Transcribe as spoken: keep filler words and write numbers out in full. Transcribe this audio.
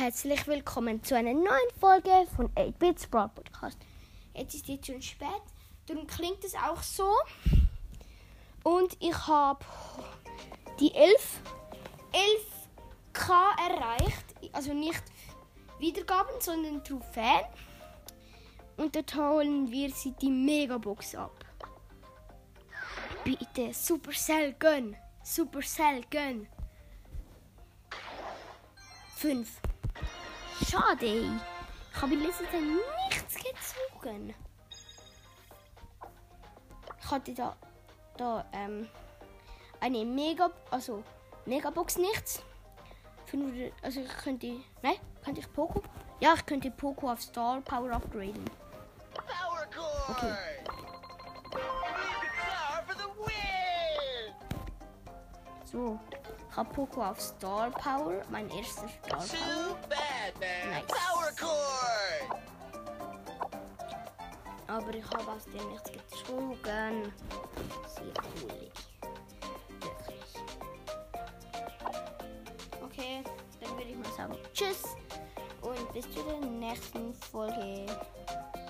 herzlich willkommen zu einer neuen Folge von acht Bits Brawl Podcast. Jetzt ist jetzt schon spät, darum klingt es auch so. Und ich habe die elf K erreicht, also nicht Wiedergaben, sondern Trophäen. Und dort holen wir sie die Megabox ab. Bitte, Supercell gönn, Supercell gönn. fünf. Schade, ey. Ich habe in letzter Zeit nichts gezogen. Ich hatte da, da ähm, eine Mega, also Megabox nichts. fünfhundert, also ich könnte, nein, könnte ich Poco? Ja, ich könnte Poco auf Star Power upgraden. Okay. So, ich habe Poco auf Star Power, mein erster Star Power. Nice. Aber ich habe aus dem nichts gezogen. Sehr cool. Wirklich. Okay, dann würde ich mal sagen, tschüss und bis zu der nächsten Folge.